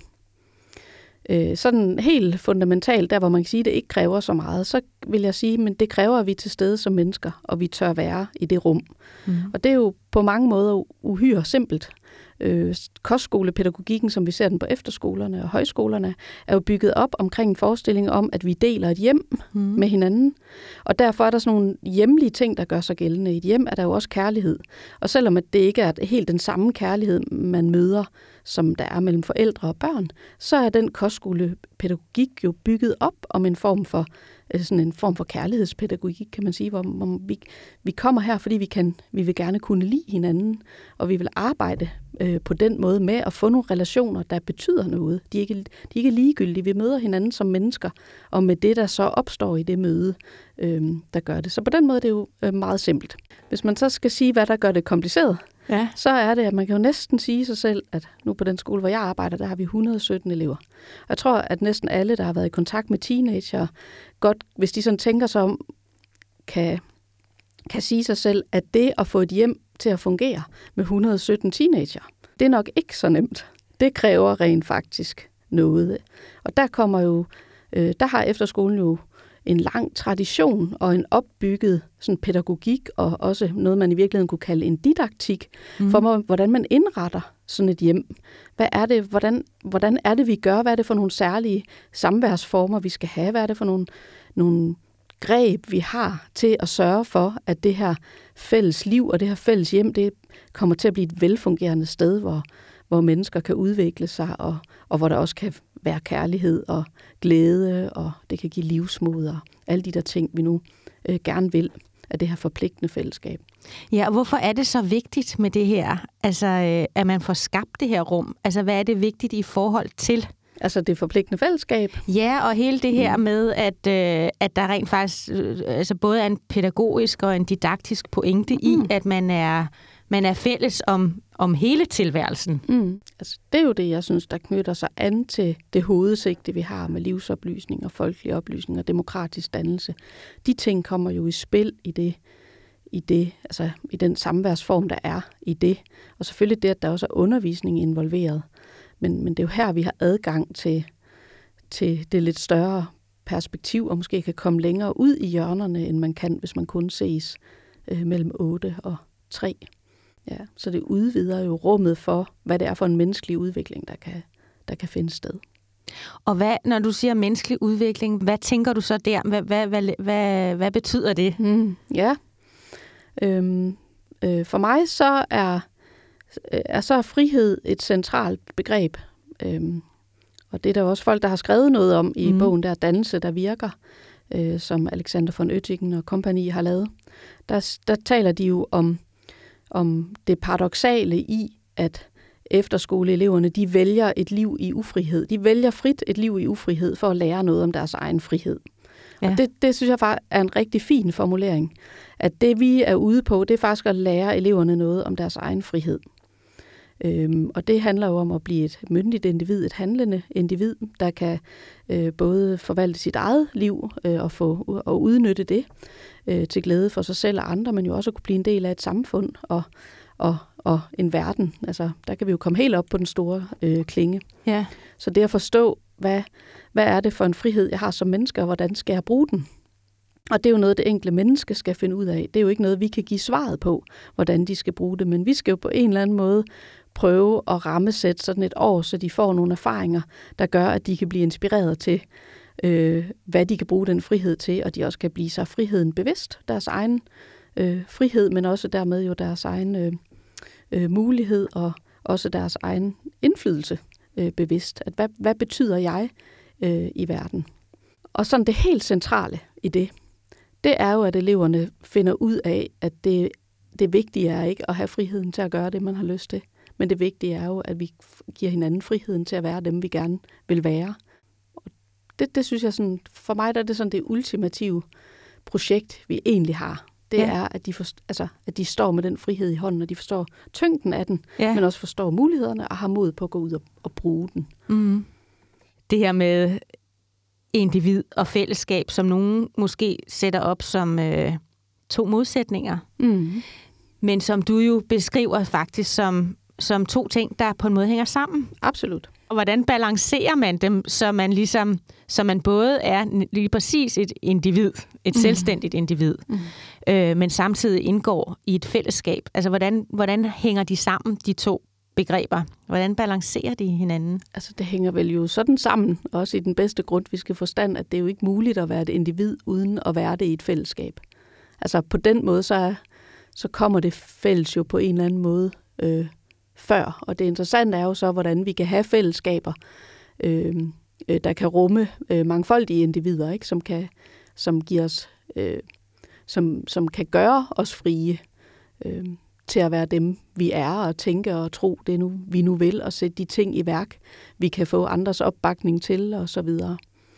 A: Øh, sådan helt fundamentalt, der hvor man kan sige, at det ikke kræver så meget, så vil jeg sige, men det kræver, at vi er til stede som mennesker, og vi tør være i det rum. Mm. Og det er jo på mange måder uhyre simpelt. Øh, kostskolepædagogikken, som vi ser den på efterskolerne og højskolerne, er jo bygget op omkring en forestilling om, at vi deler et hjem mm. med hinanden. Og derfor er der sådan nogle hjemlige ting, der gør sig gældende. I et hjem er der jo også kærlighed. Og selvom at det ikke er helt den samme kærlighed, man møder, som der er mellem forældre og børn, så er den kostskolepædagogik jo bygget op om en form for sådan en form for kærlighedspædagogik, kan man sige, hvor, hvor vi, vi kommer her, fordi vi kan, vi vil gerne kunne lide hinanden, og vi vil arbejde øh, på den måde med at få nogle relationer, der betyder noget. De er ikke, de er ikke ligegyldige. Vi møder hinanden som mennesker, og med det, der så opstår i det møde, øh, der gør det. Så på den måde det er det jo øh, meget simpelt. Hvis man så skal sige, hvad der gør det kompliceret, ja. Så er det, at man kan jo næsten sige sig selv, at nu på den skole, hvor jeg arbejder, der har vi et hundrede og sytten elever. Og jeg tror, at næsten alle, der har været i kontakt med teenager, godt, hvis de sådan tænker sig om, kan, kan sige sig selv, at det at få et hjem til at fungere med et hundrede og sytten teenager, det er nok ikke så nemt. Det kræver rent faktisk noget. Og der kommer jo, øh, der har efterskolen jo en lang tradition og en opbygget sådan pædagogik, og også noget, man i virkeligheden kunne kalde en didaktik, mm. for hvordan man indretter sådan et hjem. Hvad er det, hvordan, hvordan er det, vi gør? Hvad er det for nogle særlige samværsformer, vi skal have? Hvad er det for nogle, nogle greb, vi har til at sørge for, at det her fælles liv og det her fælles hjem, det kommer til at blive et velfungerende sted, hvor, hvor mennesker kan udvikle sig, og, og hvor der også kan være kærlighed og glæde, og det kan give livsmod og alle de der ting, vi nu øh, gerne vil af det her forpligtende fællesskab.
B: Ja, og hvorfor er det så vigtigt med det her? Altså, øh, at man får skabt det her rum? Altså, hvad er det vigtigt i forhold til?
A: Altså det forpligtende fællesskab?
B: Ja, og hele det her mm. med, at, øh, at der rent faktisk øh, altså både er en pædagogisk og en didaktisk pointe mm. i, at man er, man er fælles om, om hele tilværelsen.
A: Mm. Altså, det er jo det, jeg synes, der knytter sig an til det hovedsigte, vi har med livsoplysning og folkelig oplysning og demokratisk dannelse. De ting kommer jo i spil i det, i det, altså i den samværsform, der er i det. Og selvfølgelig det, at der også er undervisning involveret. Men, men det er jo her, vi har adgang til, til det lidt større perspektiv, og måske kan komme længere ud i hjørnerne, end man kan, hvis man kun ses øh, mellem otte og tre. Ja, så det udvider jo rummet for, hvad det er for en menneskelig udvikling, der kan, der kan finde sted.
B: Og hvad, når du siger menneskelig udvikling, hvad tænker du så der? Hvad, hvad, hvad, hvad, hvad betyder det?
A: Hmm, ja, øhm, øh, for mig så er, er så er frihed et centralt begreb. Øhm, og det er der også folk, der har skrevet noget om i mm. bogen der, Dannelse, der virker, øh, som Alexander von Oettingen og kompagni har lavet. Der, der taler de jo om, om det paradoksale i, at efterskoleeleverne, de vælger et liv i ufrihed. De vælger frit et liv i ufrihed for at lære noget om deres egen frihed. Ja. Og det, det synes jeg faktisk er en rigtig fin formulering. At det, vi er ude på, det er faktisk at lære eleverne noget om deres egen frihed. Øhm, og det handler jo om at blive et myndigt individ, et handlende individ, der kan øh, både forvalte sit eget liv øh, og, få, og udnytte det øh, til glæde for sig selv og andre, men jo også at kunne blive en del af et samfund og, og, og en verden. Altså, der kan vi jo komme helt op på den store øh, klinge.
B: Ja.
A: Så det at forstå, hvad, hvad er det for en frihed, jeg har som menneske, og hvordan skal jeg bruge den? Og det er jo noget, det enkelte menneske skal finde ud af. Det er jo ikke noget, vi kan give svaret på, hvordan de skal bruge det, men vi skal jo på en eller anden måde prøve at rammesætte sådan et år, så de får nogle erfaringer, der gør, at de kan blive inspireret til, øh, hvad de kan bruge den frihed til, og de også kan blive sig friheden bevidst, deres egen øh, frihed, men også dermed jo deres egen øh, øh, mulighed og også deres egen indflydelse øh, bevidst. At hvad, hvad betyder jeg øh, i verden? Og sådan det helt centrale i det, det er jo, at eleverne finder ud af, at det, det vigtige er ikke at have friheden til at gøre det, man har lyst til. Men det vigtige er jo, at vi giver hinanden friheden til at være dem, vi gerne vil være. Og det, det synes jeg, sådan, for mig der er det sådan det ultimative projekt, vi egentlig har. Det ja. er, at de, forst- altså, at de står med den frihed i hånden, og de forstår tyngden af den, ja. men også forstår mulighederne og har mod på at gå ud og, og bruge den.
B: Mm. Det her med individ og fællesskab, som nogen måske sætter op som øh, to modsætninger, mm. men som du jo beskriver faktisk som som to ting, der på en måde hænger sammen.
A: Absolut.
B: Og hvordan balancerer man dem, så man ligesom, så man både er lige præcis et individ, et mm. selvstændigt individ, mm. øh, men samtidig indgår i et fællesskab. Altså, hvordan, hvordan hænger de sammen, de to begreber? Hvordan balancerer de hinanden?
A: Altså, det hænger vel jo sådan sammen, også i den bedste grundviske forstand, at det er jo ikke muligt at være et individ, uden at være det i et fællesskab. Altså, på den måde, så, er, så kommer det fælles jo på en eller anden måde øh, før. Og det interessante er jo så, hvordan vi kan have fællesskaber, øh, der kan rumme øh, mangfoldige individer, ikke? Som kan, som giver os, øh, som, som kan gøre os frie øh, til at være dem, vi er, og tænke og tro det nu, vi nu vil, og sætte de ting i værk, vi kan få andres opbakning til, og så videre.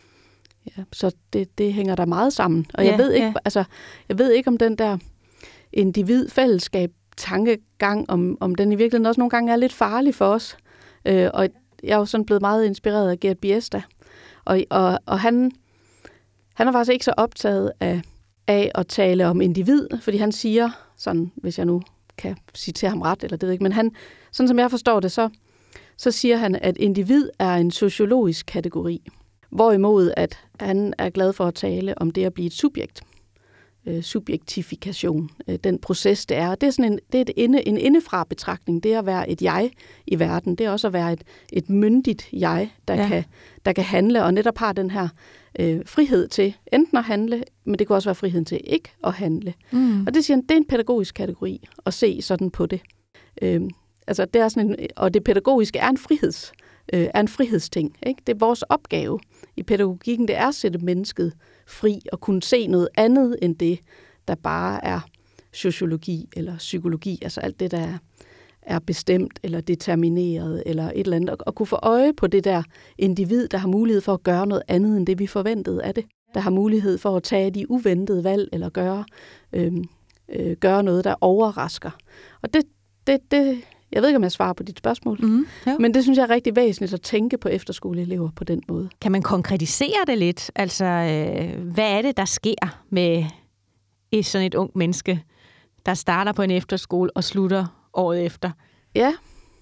A: Ja, så det, det hænger der meget sammen. Og ja, jeg ved ikke, ja. altså, jeg ved ikke om den der individ-fællesskab tankegang, om, om den i virkeligheden også nogle gange er lidt farlig for os. Øh, og jeg er jo sådan blevet meget inspireret af Gert Biesta. Og, og, og han, han er faktisk ikke så optaget af, af at tale om individ, fordi han siger, sådan, hvis jeg nu kan citere ham ret, eller det ved jeg ikke, men han, sådan som jeg forstår det, så, så siger han, at individ er en sociologisk kategori. Hvorimod, at han er glad for at tale om det at blive et subjekt. Subjektifikation, den proces, det er. Det er, sådan en, det er et inde, en indefra-betragtning. Det er at være et jeg i verden. Det er også at være et, et myndigt jeg, der, ja. kan, der kan handle, og netop har den her øh, frihed til enten at handle, men det kan også være friheden til ikke at handle. Mm. Og det siger han, det er en pædagogisk kategori at se sådan på det. Øh, altså det er sådan en, og det pædagogiske er en friheds, øh, er en frihedsting. Ikke? Det er vores opgave i pædagogikken, det er at sætte mennesket fri og kunne se noget andet end det, der bare er sociologi eller psykologi, altså alt det, der er bestemt eller determineret eller et eller andet, og, og kunne få øje på det der individ, der har mulighed for at gøre noget andet end det, vi forventede af det, der har mulighed for at tage de uventede valg eller gøre, øh, øh, gøre noget, der overrasker. Og det, det, det, jeg ved ikke, om jeg svarer på dit spørgsmål, mm, men det synes jeg er rigtig væsentligt at tænke på efterskoleelever på den måde.
B: Kan man konkretisere det lidt? Altså, øh, hvad er det, der sker med et sådan et ung menneske, der starter på en efterskole og slutter året efter?
A: Ja.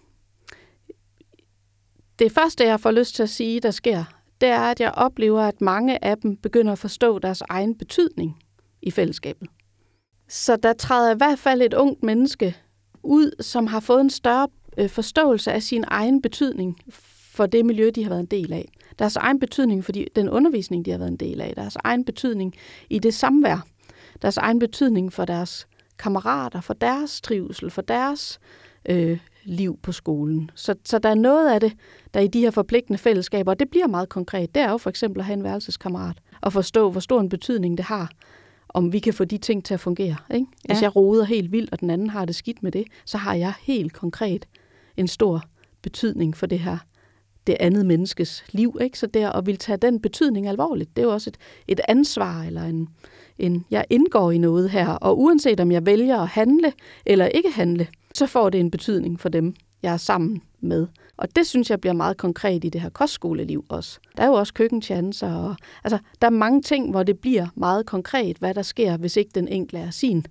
A: Det første, jeg får lyst til at sige, der sker, det er, at jeg oplever, at mange af dem begynder at forstå deres egen betydning i fællesskabet. Så der træder i hvert fald et ungt menneske ud, som har fået en større øh, forståelse af sin egen betydning for det miljø, de har været en del af. Deres egen betydning for de, den undervisning, de har været en del af. Deres egen betydning i det samvær. Deres egen betydning for deres kammerater, for deres trivsel, for deres øh, liv på skolen. Så, så der er noget af det, der i de her forpligtende fællesskaber, og det bliver meget konkret. Det er jo for eksempel at have en værelseskammerat, og forstå, hvor stor en betydning det har, om vi kan få de ting til at fungere. Ikke? Ja. Hvis jeg roder helt vildt, og den anden har det skidt med det, så har jeg helt konkret en stor betydning for det her, det andet menneskes liv. Ikke? Så der at ville tage den betydning alvorligt, det er jo også et, et ansvar, eller en, en, jeg indgår i noget her, og uanset om jeg vælger at handle eller ikke handle, så får det en betydning for dem, jeg er sammen med. Og det synes jeg bliver meget konkret i det her kostskoleliv også. Der er jo også køkkentjanser, og altså, der er mange ting, hvor det bliver meget konkret, hvad der sker, hvis ikke den enkelte er sin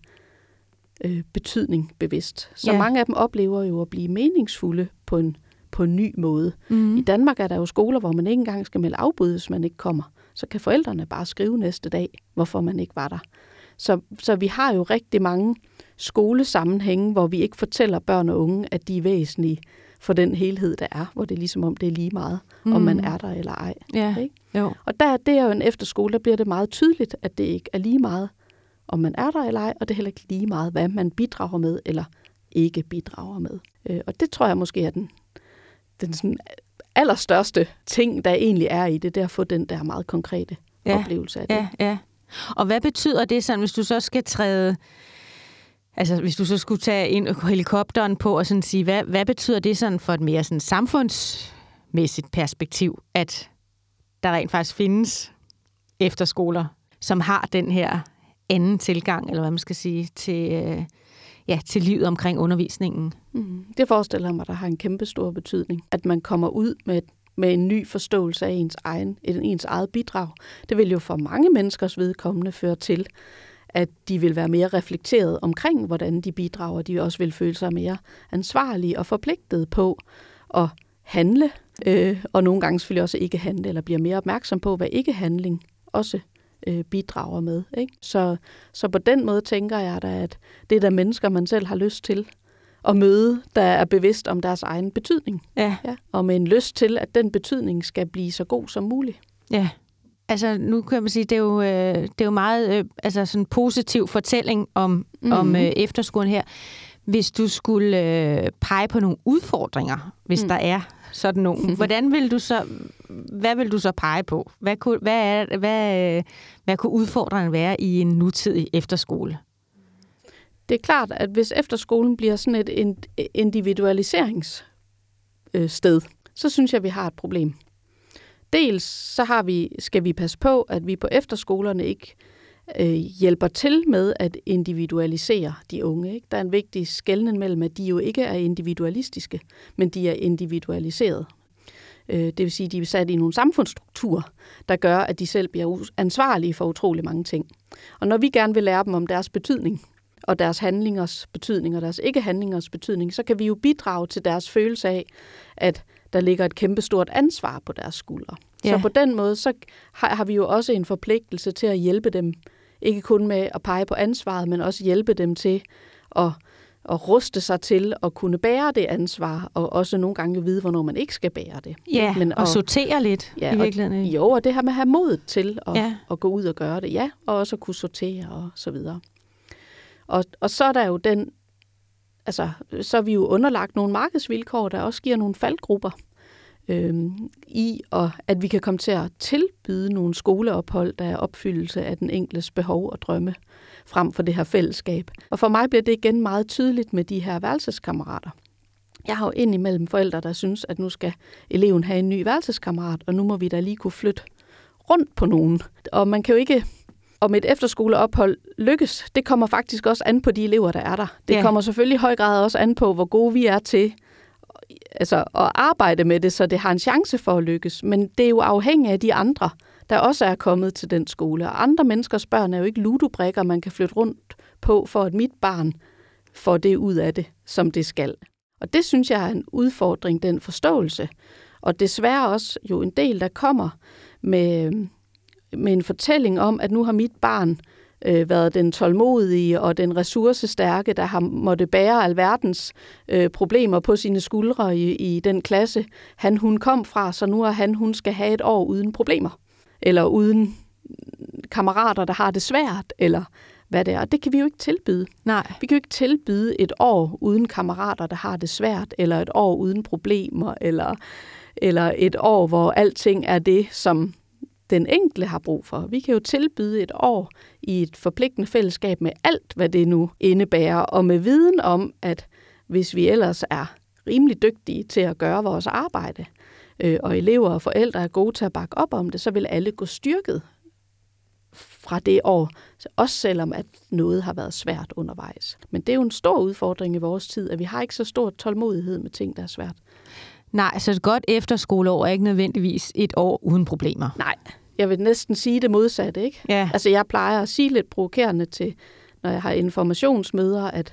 A: øh, betydning bevidst. Så ja. Mange af dem oplever jo at blive meningsfulde på en, på en ny måde. Mm. I Danmark er der jo skoler, hvor man ikke engang skal melde afbud, hvis man ikke kommer. Så kan forældrene bare skrive næste dag, hvorfor man ikke var der. Så, så vi har jo rigtig mange skolesammenhænge, hvor vi ikke fortæller børn og unge, at de er væsentlige for den helhed, der er, hvor det er ligesom om, det er lige meget, mm. om man er der eller ej.
B: Ja.
A: Ikke?
B: Jo.
A: Og der det er jo en efterskole, der bliver det meget tydeligt, at det ikke er lige meget, om man er der eller ej, og det er heller ikke lige meget, hvad man bidrager med eller ikke bidrager med. Øh, og det tror jeg måske er den, den sådan allerstørste ting, der egentlig er i det, der at få den der meget konkrete ja. Oplevelse af det.
B: Ja, ja. Og hvad betyder det sådan, hvis du så skal træde, altså hvis du så skulle tage ind helikopteren på og sådan sige, hvad, hvad betyder det sådan for et mere sådan samfundsmæssigt perspektiv, at der rent faktisk findes efterskoler, som har den her anden tilgang, eller hvad man skal sige, til, øh, ja, til livet omkring undervisningen?
A: Mm. Det forestiller mig, der har en kæmpe stor betydning, at man kommer ud med med en ny forståelse af ens, egen, ens eget bidrag. Det vil jo for mange menneskers vedkommende føre til, at de vil være mere reflekteret omkring, hvordan de bidrager. De også vil føle sig mere ansvarlige og forpligtede på at handle, øh, og nogle gange selvfølgelig også ikke handle, eller bliver mere opmærksom på, hvad ikke-handling også øh, bidrager med. Ikke? Så, så på den måde tænker jeg da, at det er der mennesker, man selv har lyst til at møde, der er bevidst om deres egen betydning.
B: Ja.
A: Ja, og med en lyst til, at den betydning skal blive så god som muligt.
B: Ja, altså nu kan man sige, det er jo, øh, det er jo meget øh, altså sådan en positiv fortælling om, mm-hmm. om øh, efterskolen her. Hvis du skulle øh, pege på nogle udfordringer, hvis mm. der er sådan nogle, hvordan vil du så, hvad vil du så pege på? Hvad kunne, hvad er, hvad, øh, hvad kunne udfordringen være i en nutidig efterskole?
A: Det er klart, at hvis efterskolen bliver sådan et individualiseringssted, så synes jeg, at vi har et problem. Dels så har vi, skal vi passe på, at vi på efterskolerne ikke øh, hjælper til med at individualisere de unge. Ikke? Der er en vigtig skelnen mellem, at de jo ikke er individualistiske, men de er individualiseret. Øh, det vil sige, at de er sat i nogle samfundsstrukturer, der gør, at de selv bliver ansvarlige for utrolig mange ting. Og når vi gerne vil lære dem om deres betydning, og deres handlingers betydning og deres ikke-handlingers betydning, så kan vi jo bidrage til deres følelse af, at der ligger et kæmpestort ansvar på deres skuldre. Ja. Så på den måde, så har, har vi jo også en forpligtelse til at hjælpe dem, ikke kun med at pege på ansvaret, men også hjælpe dem til at, at ruste sig til at kunne bære det ansvar, og også nogle gange vide, hvornår man ikke skal bære det.
B: Ja,
A: men,
B: og, og sortere lidt
A: ja,
B: i virkeligheden.
A: Og, jo, og det her med at have mod til at,
B: ja.
A: at gå ud og gøre det, ja, og også at kunne sortere og så videre. Og, og så er der jo den, altså, så er vi jo underlagt nogle markedsvilkår, der også giver nogle faldgrupper øhm, i, og at vi kan komme til at tilbyde nogle skoleophold, der er opfyldelse af den enkeltes behov og drømme, frem for det her fællesskab. Og for mig bliver det igen meget tydeligt med de her værelseskammerater. Jeg har jo indimellem forældre, der synes, at nu skal eleven have en ny værelseskammerat, og nu må vi da lige kunne flytte rundt på nogen. Og man kan jo ikke... Om et efterskoleophold lykkes, det kommer faktisk også an på de elever, der er der. Det ja. Kommer selvfølgelig i høj grad også an på, hvor gode vi er til altså, at arbejde med det, så det har en chance for at lykkes. Men det er jo afhængigt af de andre, der også er kommet til den skole. Og andre menneskers børn er jo ikke ludobrikker, man kan flytte rundt på, for at mit barn får det ud af det, som det skal. Og det synes jeg er en udfordring, den forståelse. Og desværre også jo en del, der kommer med... med en fortælling om, at nu har mit barn øh, været den tålmodige og den ressourcestærke, der har måtte bære alverdens øh, problemer på sine skuldre i, i den klasse, han hun kom fra, så nu er han hun skal have et år uden problemer, eller uden kammerater, der har det svært, eller hvad det er. Det kan vi jo ikke tilbyde.
B: Nej.
A: Vi kan jo ikke tilbyde et år uden kammerater, der har det svært, eller et år uden problemer, eller, eller et år, hvor alting er det, som den enkelte har brug for. Vi kan jo tilbyde et år i et forpligtende fællesskab med alt, hvad det nu indebærer, og med viden om, at hvis vi ellers er rimelig dygtige til at gøre vores arbejde, øh, og elever og forældre er gode til at bakke op om det, så vil alle gå styrket fra det år, også selvom at noget har været svært undervejs. Men det er jo en stor udfordring i vores tid, at vi har ikke så stor tålmodighed med ting, der er svært.
B: Nej, så et godt efterskoleår er ikke nødvendigvis et år uden problemer.
A: Nej, jeg vil næsten sige det modsatte, ikke?
B: Ja.
A: Altså, jeg plejer at sige lidt provokerende til, når jeg har informationsmøder, at,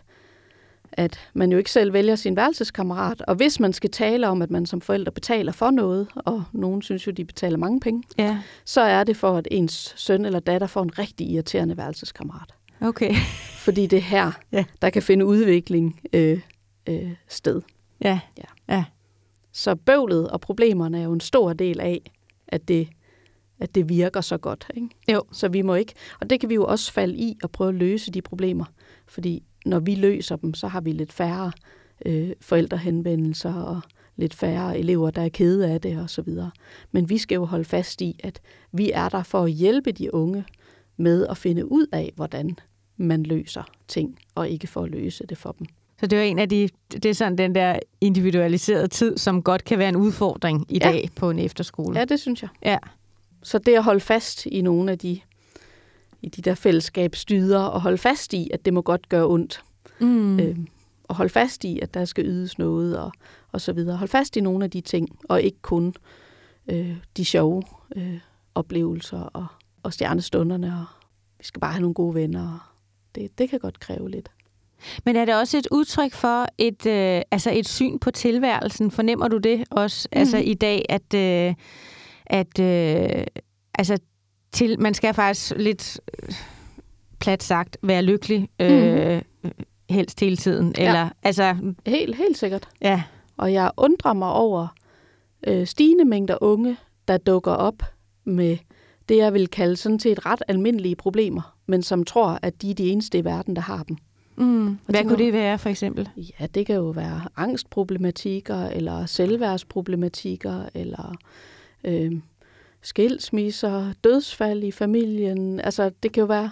A: at man jo ikke selv vælger sin værelseskammerat, og hvis man skal tale om, at man som forældre betaler for noget, og nogen synes jo, de betaler mange penge,
B: ja.
A: så er det for, at ens søn eller datter får en rigtig irriterende værelseskammerat.
B: Okay.
A: Fordi det er her,
B: ja.
A: der kan finde udvikling øh, øh, sted.
B: Ja.
A: Ja.
B: ja.
A: Så bøvlet og problemerne er jo en stor del af, at det, at det virker så godt. Ikke?
B: Jo.
A: Så vi må ikke, og det kan vi jo også falde i og prøve at løse de problemer. Fordi når vi løser dem, så har vi lidt færre øh, forældrehenvendelser og lidt færre elever, der er kede af det og så videre. Men vi skal jo holde fast i, at vi er der for at hjælpe de unge med at finde ud af, hvordan man løser ting, og ikke for at løse det for dem.
B: Så det er en af de, det er sådan den der individualiserede tid, som godt kan være en udfordring i
A: ja.
B: dag på en efterskole.
A: Ja, det synes jeg.
B: Ja.
A: Så det at holde fast i nogle af de, i de der fællesskabsdyder, og holde fast i, at det må godt gøre ondt.
B: Mm.
A: Øh, og holde fast i, at der skal ydes noget, og, og så videre. Hold fast i nogle af de ting, og ikke kun øh, de sjove øh, oplevelser og, og stjernestunderne, og vi skal bare have nogle gode venner. Det, det kan godt kræve lidt.
B: Men er det også et udtryk for et, øh, altså et syn på tilværelsen? Fornemmer du det også mm. altså i dag, at, øh, at øh, altså til, man skal faktisk lidt øh, plat sagt være lykkelig øh, mm. helst hele tiden? Eller,
A: ja.
B: altså,
A: helt, helt sikkert.
B: Ja.
A: Og jeg undrer mig over øh, stigende mængder unge, der dukker op med det, jeg vil kalde sådan set ret almindelige problemer, men som tror, at de er de eneste i verden, der har dem.
B: Mm. Hvad kunne det være, for eksempel?
A: Ja, det kan jo være angstproblematikker, eller selvværdsproblematikker, eller øh, skilsmisser, dødsfald i familien. Altså, det kan jo være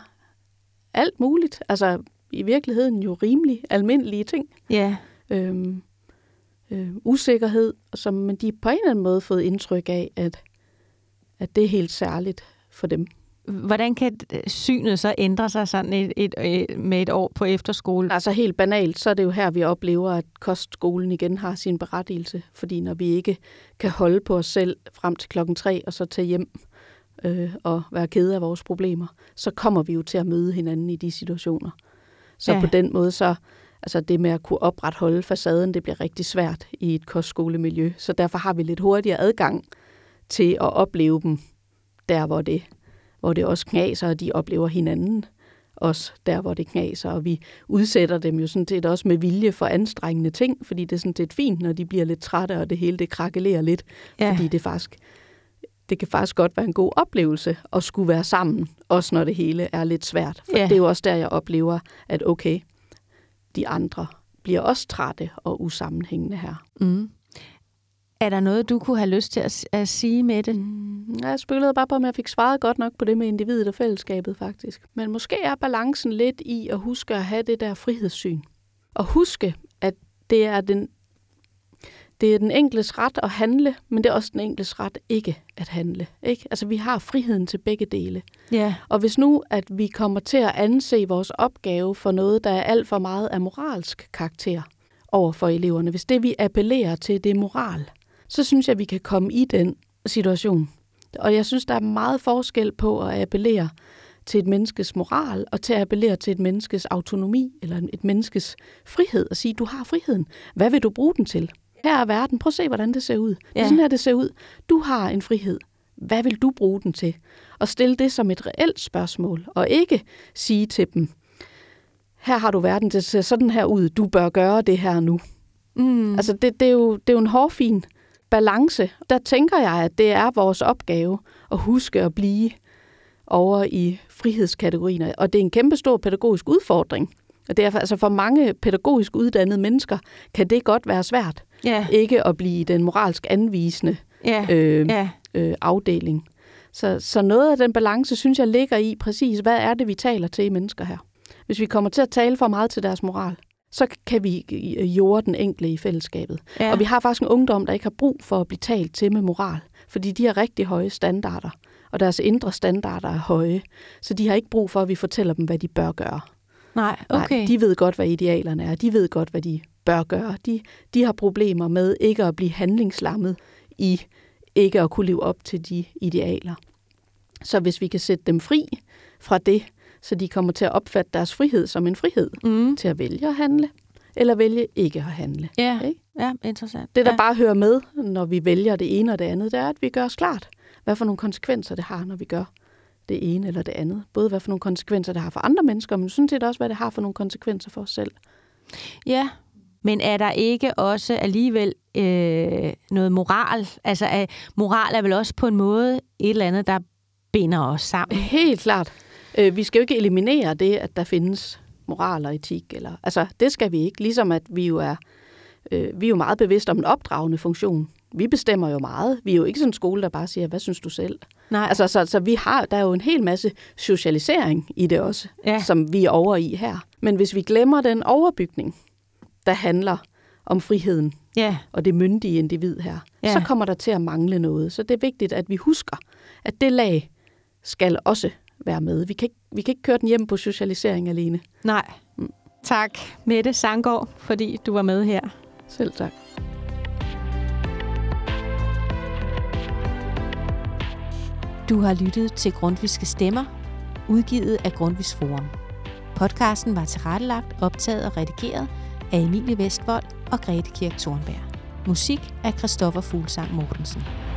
A: alt muligt. Altså, i virkeligheden jo rimelig almindelige ting.
B: Ja.
A: Øh, øh, usikkerhed, som men de på en eller anden måde fået indtryk af, at, at det er helt særligt for dem.
B: Hvordan kan synet så ændre sig sådan et, et, et, med et år på efterskole?
A: Altså helt banalt, så er det jo her, vi oplever, at kostskolen igen har sin berettigelse. Fordi når vi ikke kan holde på os selv frem til klokken tre, og så tage hjem øh, og være kede af vores problemer, så kommer vi jo til at møde hinanden i de situationer. Så ja. På den måde, så altså det med at kunne opretholde facaden, det bliver rigtig svært i et kostskolemiljø. Så derfor har vi lidt hurtigere adgang til at opleve dem der, hvor det hvor det også knaser, og de oplever hinanden også der, hvor det knaser. Og vi udsætter dem jo sådan set også med vilje for anstrengende ting, fordi det er sådan set fint, når de bliver lidt trætte, og det hele det krakelerer lidt. Ja. Fordi det faktisk, det kan faktisk godt være en god oplevelse at skulle være sammen, også når det hele er lidt svært. For ja. Det er jo også der, jeg oplever, at okay, de andre bliver også trætte og usammenhængende her.
B: Mm. Er der noget, du kunne have lyst til at, at sige med det?
A: Mm, jeg spillede bare på, om jeg fik svaret godt nok på det med individet og fællesskabet, faktisk. Men måske er balancen lidt i at huske at have det der frihedssyn. Og huske, at det er den, det er den enkeltes ret at handle, men det er også den enkeltes ret ikke at handle. Ikke? Altså, vi har friheden til begge dele.
B: Yeah.
A: Og hvis nu, at vi kommer til at anse vores opgave for noget, der er alt for meget af moralsk karakter over for eleverne, hvis det, vi appellerer til, det er moral, så synes jeg, at vi kan komme i den situation. Og jeg synes, der er meget forskel på at appellere til et menneskes moral, og til at appellere til et menneskes autonomi, eller et menneskes frihed, og sige, du har friheden. Hvad vil du bruge den til? Her er verden. Prøv at se, hvordan det ser ud. Det er sådan her, det ser ud. Du har en frihed. hvad vil du bruge den til? Og stille det som et reelt spørgsmål, og ikke sige til dem, her har du verden, det ser sådan her ud, du bør gøre det her nu. Mm. Altså det, det, er jo, det er jo en hårfin balance. Der tænker jeg, at det er vores opgave at huske at blive over i frihedskategorien, og det er en kæmpestor pædagogisk udfordring. Og derfor, altså for mange pædagogisk uddannede mennesker kan det godt være svært, yeah. ikke at blive den moralsk anvisende yeah. Øh, yeah. Øh, afdeling. Så, så noget af den balance, synes jeg, ligger i præcis, hvad er det, vi taler til mennesker her. Hvis vi kommer til at tale for meget til deres moral, så kan vi jorde den enkelte i fællesskabet. Ja. Og vi har faktisk en ungdom, der ikke har brug for at blive talt til med moral, fordi de har rigtig høje standarder, og deres indre standarder er høje, så de har ikke brug for, at vi fortæller dem, hvad de bør gøre.
B: Nej, okay.
A: Nej, de ved godt, hvad idealerne er. De ved godt, hvad de bør gøre. De, de har problemer med ikke at blive handlingslammet i ikke at kunne leve op til de idealer. Så hvis vi kan sætte dem fri fra det, så de kommer til at opfatte deres frihed som en frihed mm. til at vælge at handle, eller vælge ikke at handle.
B: Ja, okay? Ja, interessant.
A: Det, der
B: ja.
A: bare hører med, når vi vælger det ene og det andet, det er, at vi gør os klart, hvad for nogle konsekvenser det har, når vi gør det ene eller det andet. Både hvad for nogle konsekvenser det har for andre mennesker, men sådan set også, hvad det har for nogle konsekvenser for os selv.
B: Ja, men er der ikke også alligevel øh, noget moral? Altså, er, moral er vel også på en måde et eller andet, der binder os sammen?
A: Helt klart. Vi skal jo ikke eliminere det, at der findes moral og etik. Eller, altså, det skal vi ikke. Ligesom at vi jo er, øh, vi er jo meget bevidste om en opdragende funktion. Vi bestemmer jo meget. Vi er jo ikke sådan en skole, der bare siger, hvad synes du selv?
B: Nej.
A: Altså, så, så vi har, der er jo en hel masse socialisering i det også, ja. Som vi er over i her. Men hvis vi glemmer den overbygning, der handler om friheden ja. Og det myndige individ her, ja. Så kommer der til at mangle noget. Så det er vigtigt, at vi husker, at det lag skal også være med. Vi kan ikke, vi kan ikke køre den hjem på socialisering alene.
B: Nej. Mm. Tak, Mette Sanggaard, fordi du var med her.
A: Selv tak.
B: Du har lyttet til Grundtvigske Stemmer, udgivet af Grundtvigs Forum. Podcasten var tilrettelagt, optaget og redigeret af Emilie Vestvold og Grete Kirk Thornberg. Musik af Christoffer Fuglsang Mortensen.